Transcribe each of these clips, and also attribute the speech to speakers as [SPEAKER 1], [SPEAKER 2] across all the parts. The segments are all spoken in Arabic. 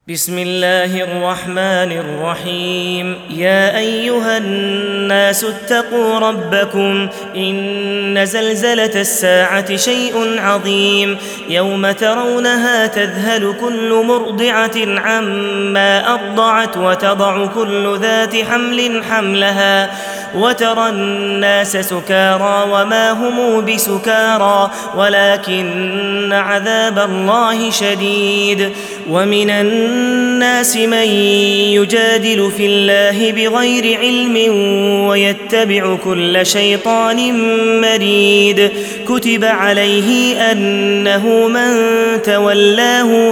[SPEAKER 1] بسم الله الرحمن الرحيم. يا أيها الناس اتقوا ربكم إن زلزلة الساعة شيء عظيم يوم ترونها تذهل كل مرضعة عما أرضعت وتضع كل ذات حمل حملها وترى الناس سكارى وما هم بسكارى ولكن عذاب الله شديد. ومن الناس من يجادل في الله بغير علم ويتبع كل شيطان مريد. كتب عليه أنه من تولاه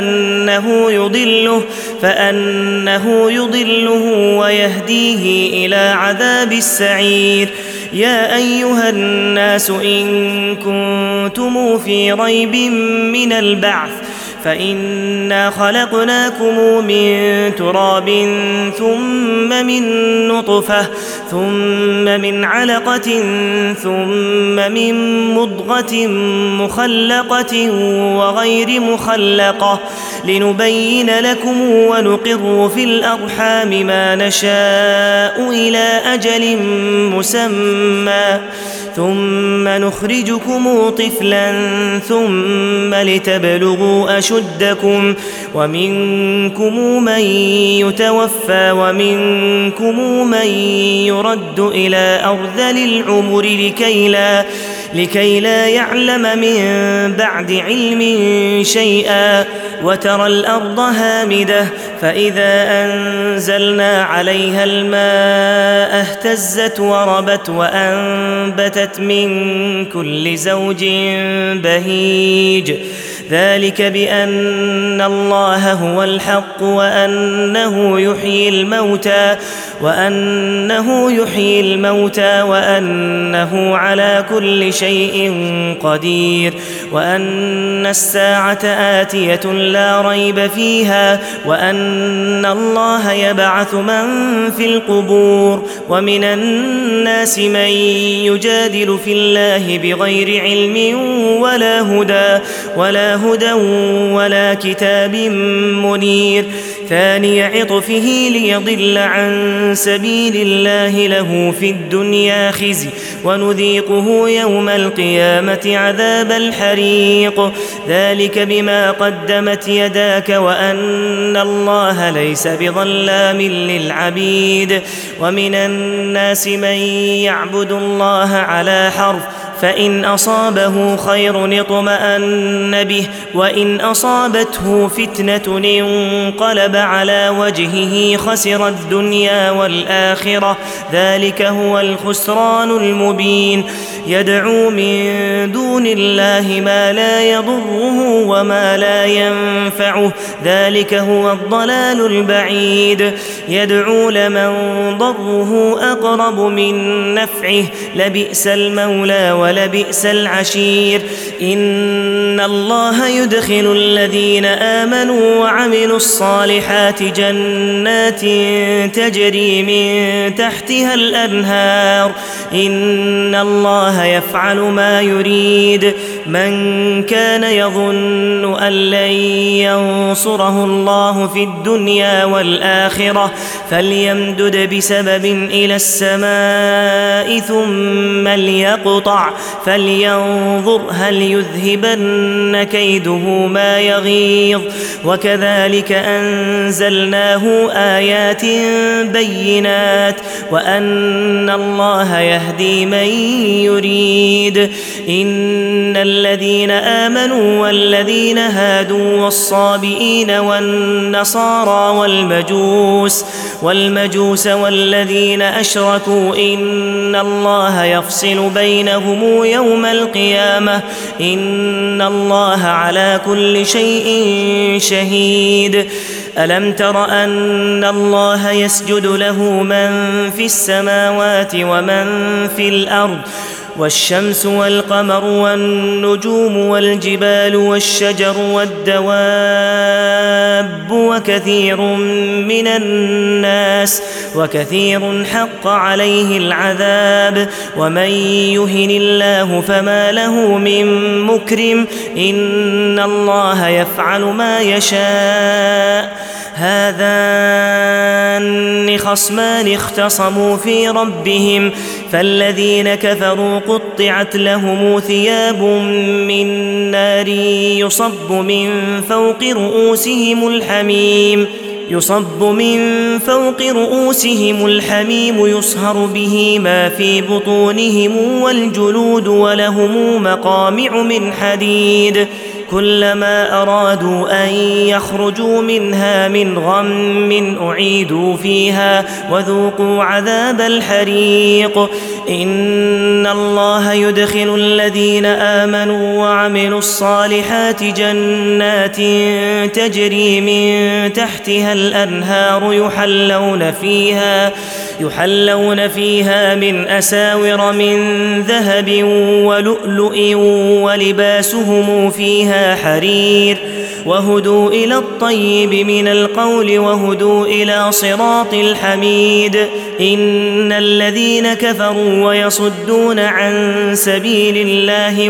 [SPEAKER 1] فأنه يضله ويهديه إلى عذاب السعير. يا أيها الناس إن كنتم في ريب من البعث فإنا خلقناكم من تراب ثم من نطفة ثم من علقة ثم من مضغة مخلقة وغير مخلقة لنبين لكم ونقر في الأرحام ما نشاء إلى أجل مسمى ثم نخرجكم طفلا ثم لتبلغوا أشدكم ومنكم من يتوفى ومنكم من يرد إلى أرذل العمر لكي لا يعلم من بعد علم شيئا. وترى الأرض هامدة فإذا أنزلنا عليها الماء اهتزت وربت وأنبتت من كل زوج بهيج. ذلك بأن الله هو الحق وأنه يحيي الموتى وأنه على كل شيء قدير وأن الساعة آتية لا ريب فيها وأن الله يبعث من في القبور. ومن الناس من يجادل في الله بغير علم ولا هدى ولا كتاب منير. ثاني عطفه ليضل عن سبيل الله له في الدنيا خزي ونذيقه يوم القيامة عذاب الحريق. ذلك بما قدمت يداك وأن الله ليس بظلام للعبيد. ومن الناس من يعبد الله على حرف فإن أصابه خير اطمأن به وإن أصابته فتنة انقلب على وجهه خسر الدنيا والآخرة ذلك هو الخسران المبين. يدعو من دون الله ما لا يضره وما لا ينفعه ذلك هو الضلال البعيد. يدعو لمن ضره أقرب من نفعه لبئس المولى ولبئس العشير. إن الله يدخل الذين آمنوا وعملوا الصالحات جنات تجري من تحتها الأنهار إن الله يفعل ما يريد. من كان يظن أن لن ينصره الله في الدنيا والآخرة فليمدد بسبب إلى السماء ثم ليقطع فلينظر هل يذهبن كيده ما يغيظ. وكذلك أنزلناه آيات بينات وأن الله يهدي من يريد. إن الذين آمنوا والذين هادوا والصابئين والنصارى والمجوس والذين أشركوا إن الله يفصل بينهم يوم القيامة إن الله على كل شيء شهيد. ألم تر أن الله يسجد له من في السماوات ومن في الأرض والشمس والقمر والنجوم والجبال والشجر والدواب وكثير حق عليه العذاب. ومن يهن الله فما له من مكرم إن الله يفعل ما يشاء. هذان خصمان اختصموا في ربهم فالذين كفروا قطعت لهم ثياب من نار يصب من فوق رؤوسهم الحميم يصهر به ما في بطونهم والجلود ولهم مقامع من حديد كلما أرادوا أن يخرجوا منها من غم أعيدوا فيها وذوقوا عذاب الحريق إن الله يدخل الذين آمنوا وعملوا الصالحات جنات تجري من تحتها الأنهار يحلون فيها من أساور من ذهب ولؤلؤ ولباسهم فيها حرير وهدوا إلى الطيب من القول وهدوا إلى صراط الحميد إن الذين كفروا ويصدون عن سبيل الله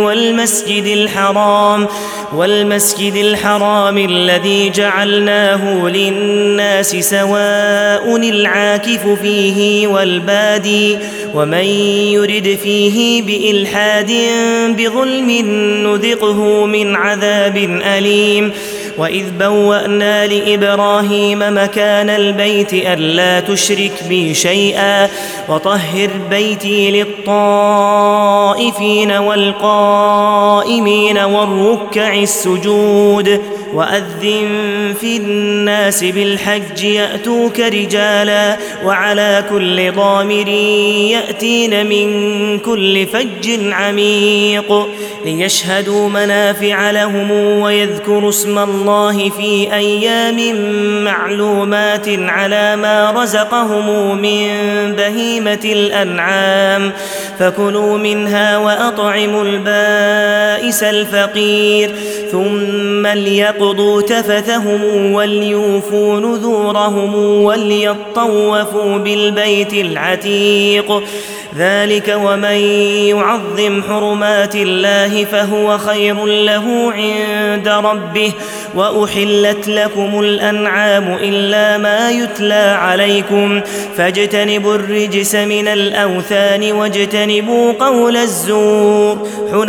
[SPEAKER 1] والمسجد الحرام الذي جعلناه للناس سواء العاكف فيه والبادي ومن يرد فيه بإلحاد بظلم نذقه من عذاب أليم وإذ بوأنا لإبراهيم مكان البيت ألا تشرك بي شيئا وطهر بيتي للطائفين والقائمين والركع السجود وأذن في الناس بالحج يأتوك رجالا وعلى كل ضامر يأتين من كل فج عميق ليشهدوا منافع لهم ويذكروا اسم الله في أيام معلومات على ما رزقهم من بهيمة الأنعام فكلوا منها وأطعموا البائس الفقير ثم ليقضوا تفثهم وليوفوا نذورهم وليطوفوا بالبيت العتيق ذلك ومن يعظم حرمات الله فهو خير له عند ربه وأحلت لكم الأنعام إلا ما يتلى عليكم فاجتنبوا الرجس من الأوثان واجتنبوا قول الزور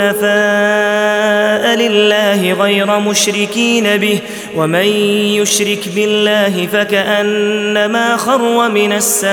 [SPEAKER 1] حنفاء لله غير مشركين به ومن يشرك بالله فكأنما خر من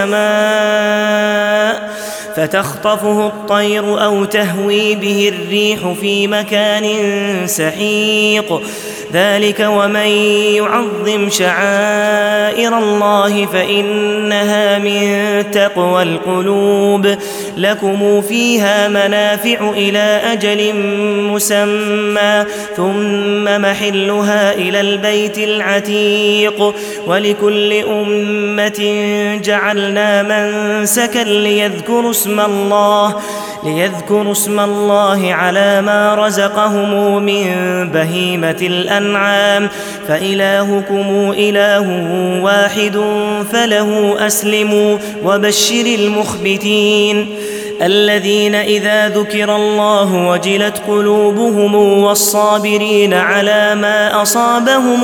[SPEAKER 1] السماء فتخطفه الطير أو تهوي به الريح في مكان سحيق ذلك ومن يعظم شعائر الله فإنها من تقوى القلوب لكم فيها منافع إلى أجل مسمى ثم محلها إلى البيت العتيق ولكل أمة جعلنا منسكا ليذكروا اسم الله على ما رزقهم من بهيمة الأنعام فإلهكم إله واحد فله أسلموا وبشر المخبتين الذين إذا ذكر الله وجلت قلوبهم والصابرين على ما أصابهم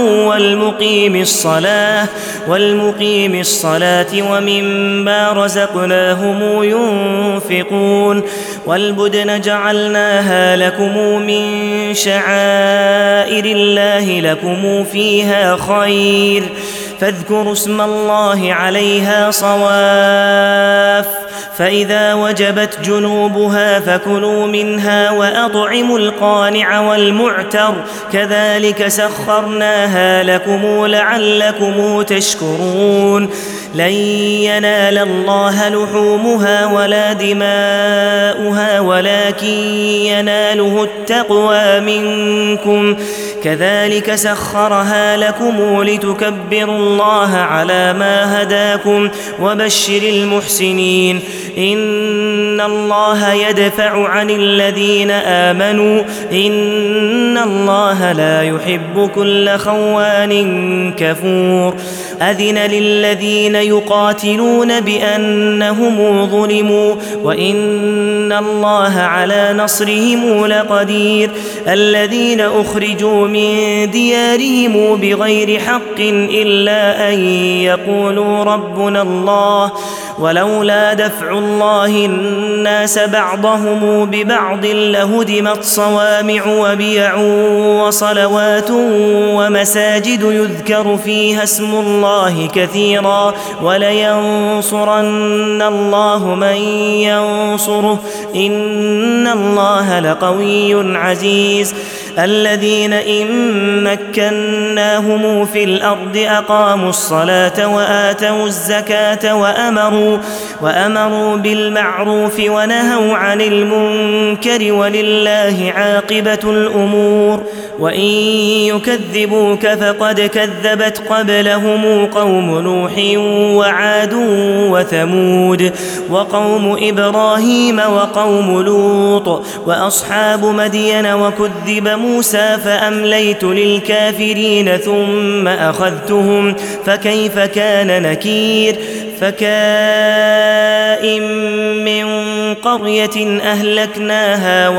[SPEAKER 1] والمقيم الصلاة ومما رزقناهم ينفقون والبدن جعلناها لكم من شعائر الله لكم فيها خير فاذكروا اسم الله عليها صواف فإذا وجبت جنوبها فكلوا منها وأطعموا القانع والمعتر كذلك سخرناها لكم لعلكم تشكرون لن ينال الله لحومها ولا دماؤها ولكن يناله التقوى منكم كذلك سخرها لكم لتكبروا الله على ما هداكم وبشر المحسنين إن الله يدفع عن الذين آمنوا إن الله لا يحب كل خوان كفور أذن للذين يقاتلون بأنهم ظلموا وإن الله على نصرهم لقدير الذين أخرجوا أخرجوا من ديارهم بغير حق إلا أن يقولوا ربنا الله ولولا دفع الله الناس بعضهم ببعض لهدمت صوامع وبيع وصلوات ومساجد يذكر فيها اسم الله كثيرا ولينصرن الله من ينصره إن الله لقوي عزيز الذين إن مكناهم في الأرض أقاموا الصلاة وآتوا الزكاة وأمروا بالمعروف ونهوا عن المنكر ولله عاقبة الأمور وإن يكذبوك فقد كذبت قبلهم قوم نوح وعاد وثمود وقوم إبراهيم وقوم لوط وأصحاب مدين وكذب موسى فأمليت للكافرين ثم أخذتهم فكيف كان نكير فكائن من قرية أهلكناها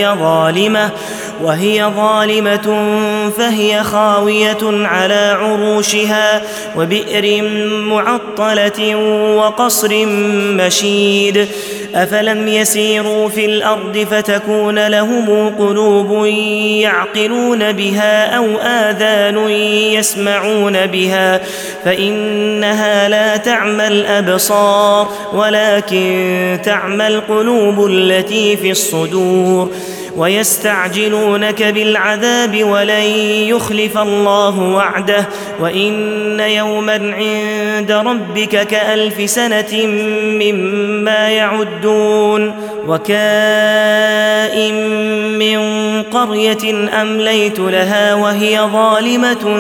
[SPEAKER 1] وهي ظالمة فهي خاوية على عروشها وبئر معطلة وقصر مشيد أفلم يسيروا في الأرض فتكون لهم قلوب يعقلون بها أو آذان يسمعون بها فإنها لا تعمى الأبصار ولكن تعمى القلوب التي في الصدور ويستعجلونك بالعذاب ولن يخلف الله وعده وإن يوما عند ربك كألف سنة مما يعدون وكائن من قرية أمليت لها وهي ظالمة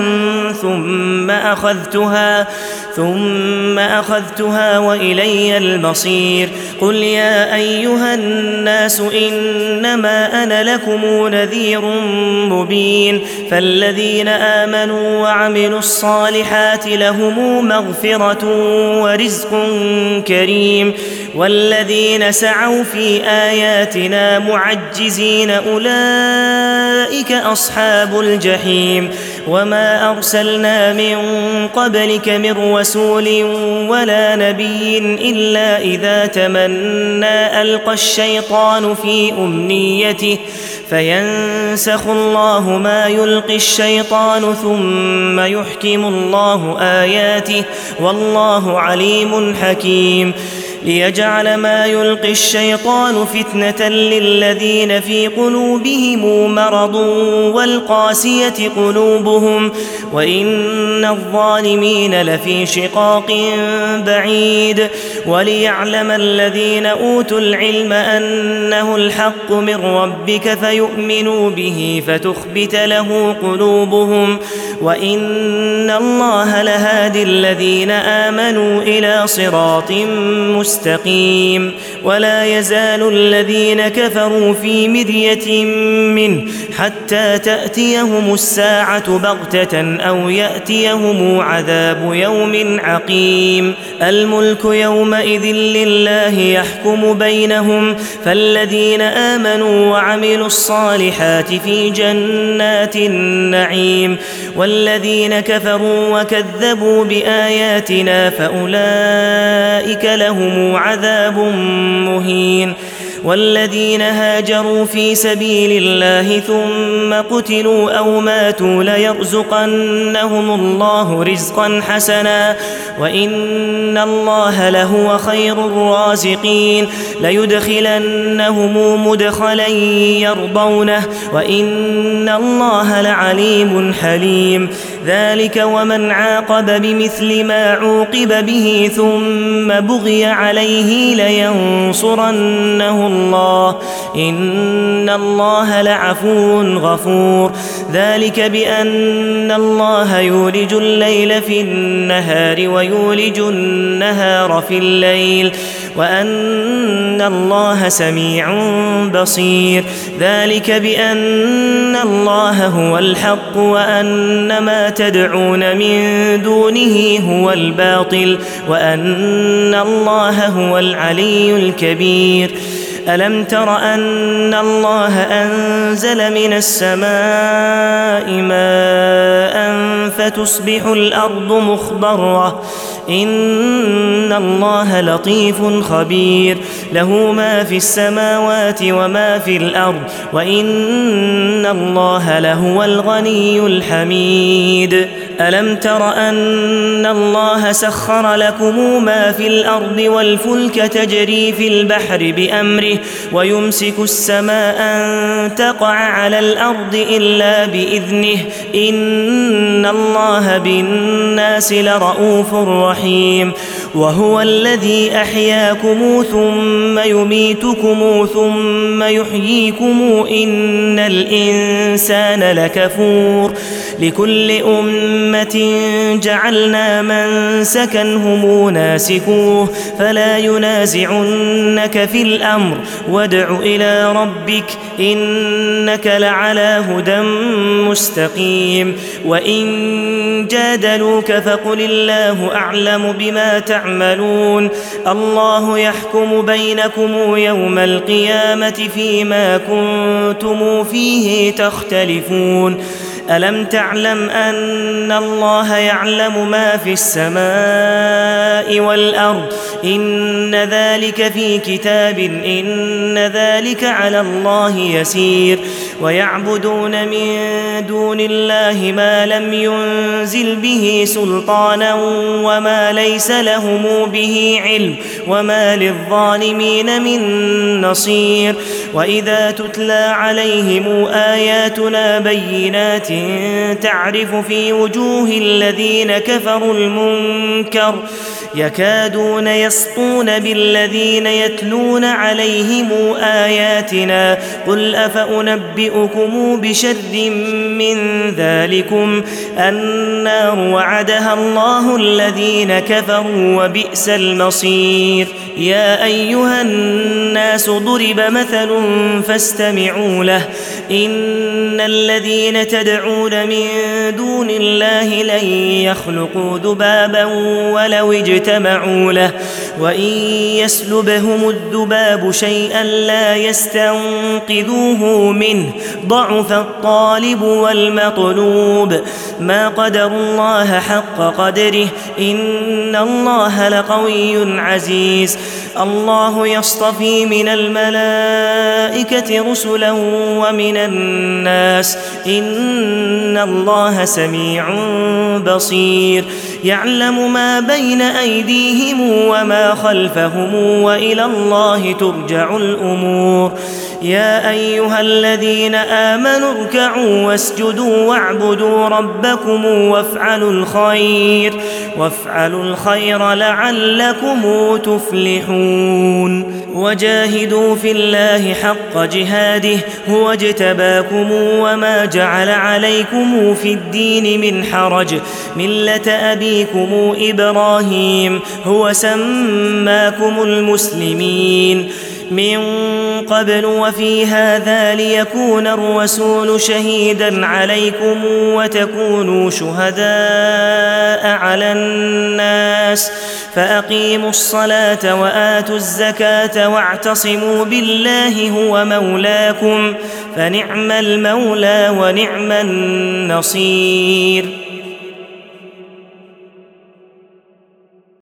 [SPEAKER 1] ثم أخذتها وإلي المصير قل يا أيها الناس إنما أنا لكم نذير مبين فالذين آمنوا وعملوا الصالحات لهم مغفرة ورزق كريم والذين سعوا في آياتنا معجزين أولئك أصحاب الجحيم وما أرسلنا من قبلك من رسول ولا نبي إلا إذا تمنى ألقى الشيطان في أمنيته فينسخ الله ما يلقي الشيطان ثم يحكم الله آياته والله عليم حكيم ليجعل ما يلقي الشيطان فتنة للذين في قلوبهم مرض والقاسية قلوبهم وإن الظالمين لفي شقاق بعيد وليعلم الذين أوتوا العلم أنه الحق من ربك فيؤمنوا به فتخبت له قلوبهم وإن الله لهادي الذين آمنوا إلى صراط مستقيم ولا يزال الذين كفروا في مرية منه حتى تأتيهم الساعة بغتة أو يأتيهم عذاب يوم عقيم الملك يومئذ لله يحكم بينهم فالذين آمنوا وعملوا الصالحات في جنات النعيم والذين كفروا وكذبوا بآياتنا فأولئك لهم عذاب مهين والذين هاجروا في سبيل الله ثم قتلوا أو ماتوا ليرزقنهم الله رزقا حسنا وإن الله لهو خير الرازقين ليدخلنهم مدخلا يرضونه وإن الله لعليم حليم ذلك ومن عاقب بمثل ما عوقب به ثم بغي عليه لينصرنه الله إن الله لعفو غفور ذلك بأن الله يولج الليل في النهار ويولج النهار في الليل وأن الله سميع بصير ذلك بأن الله هو الحق وأن ما تدعون من دونه هو الباطل وأن الله هو العلي الكبير ألم تر أن الله أنزل من السماء ماء فتصبح الأرض مخضرة إن الله لطيف خبير له ما في السماوات وما في الأرض وإن الله لهو الغني الحميد ألم تر أن الله سخر لكم ما في الأرض والفلك تجري في البحر بأمره ويمسك السماء أن تقع على الأرض إلا بإذنه إن الله بالناس لرءوف رحيم وهو الذي أحياكم ثم يميتكم ثم يحييكم إن الإنسان لكفور لكل أمة جعلنا منسكا هم ناسكوه فلا ينازعنك في الأمر وادع إلى ربك إنك لعلى هدى مستقيم وإن جادلوك فقل الله أعلم بما تعملون الله يحكم بينكم يوم القيامة فيما كنتم فيه تختلفون ألم تعلم أن الله يعلم ما في السماء والأرض إن ذلك في كتاب إن ذلك على الله يسير ويعبدون من دون الله ما لم ينزل به سلطانا وما ليس لهم به علم وما للظالمين من نصير وإذا تتلى عليهم آياتنا بينات تعرف في وجوه الذين كفروا المنكر يكادون يسطون بالذين يتلون عليهم آياتنا قل أفأنبئكم بشر من ذلكم النار وعدها الله الذين كفروا وبئس المصير يا أيها الناس ضرب مثل فاستمعوا له إن الذين تدعون من دون الله لن يخلقوا ذبابا ولو اجتمعوا له وإن يسلبهم الذباب شيئا لا يستنقذوه منه ضعف الطالب والمطلوب ما قدر الله حق قدره إن الله لقوي عزيز الله يصطفي من الملائكة رسلا ومن الناس إن الله سميع بصير يعلم ما بين أيديهم وما خلفهم وإلى الله ترجع الأمور يا أيها الذين آمنوا اركعوا واسجدوا واعبدوا ربكم وافعلوا الخير لعلكم تفلحون وجاهدوا في الله حق جهاده هو اجتباكم وما جعل عليكم في الدين من حرج ملة أبيكم إبراهيم هو سماكم المسلمين من قبل وفي هذا ليكون الرسول شهيدا عليكم وتكونوا شهداء على الناس فأقيموا الصلاة وآتوا الزكاة واعتصموا بالله هو مولاكم فنعم المولى ونعم النصير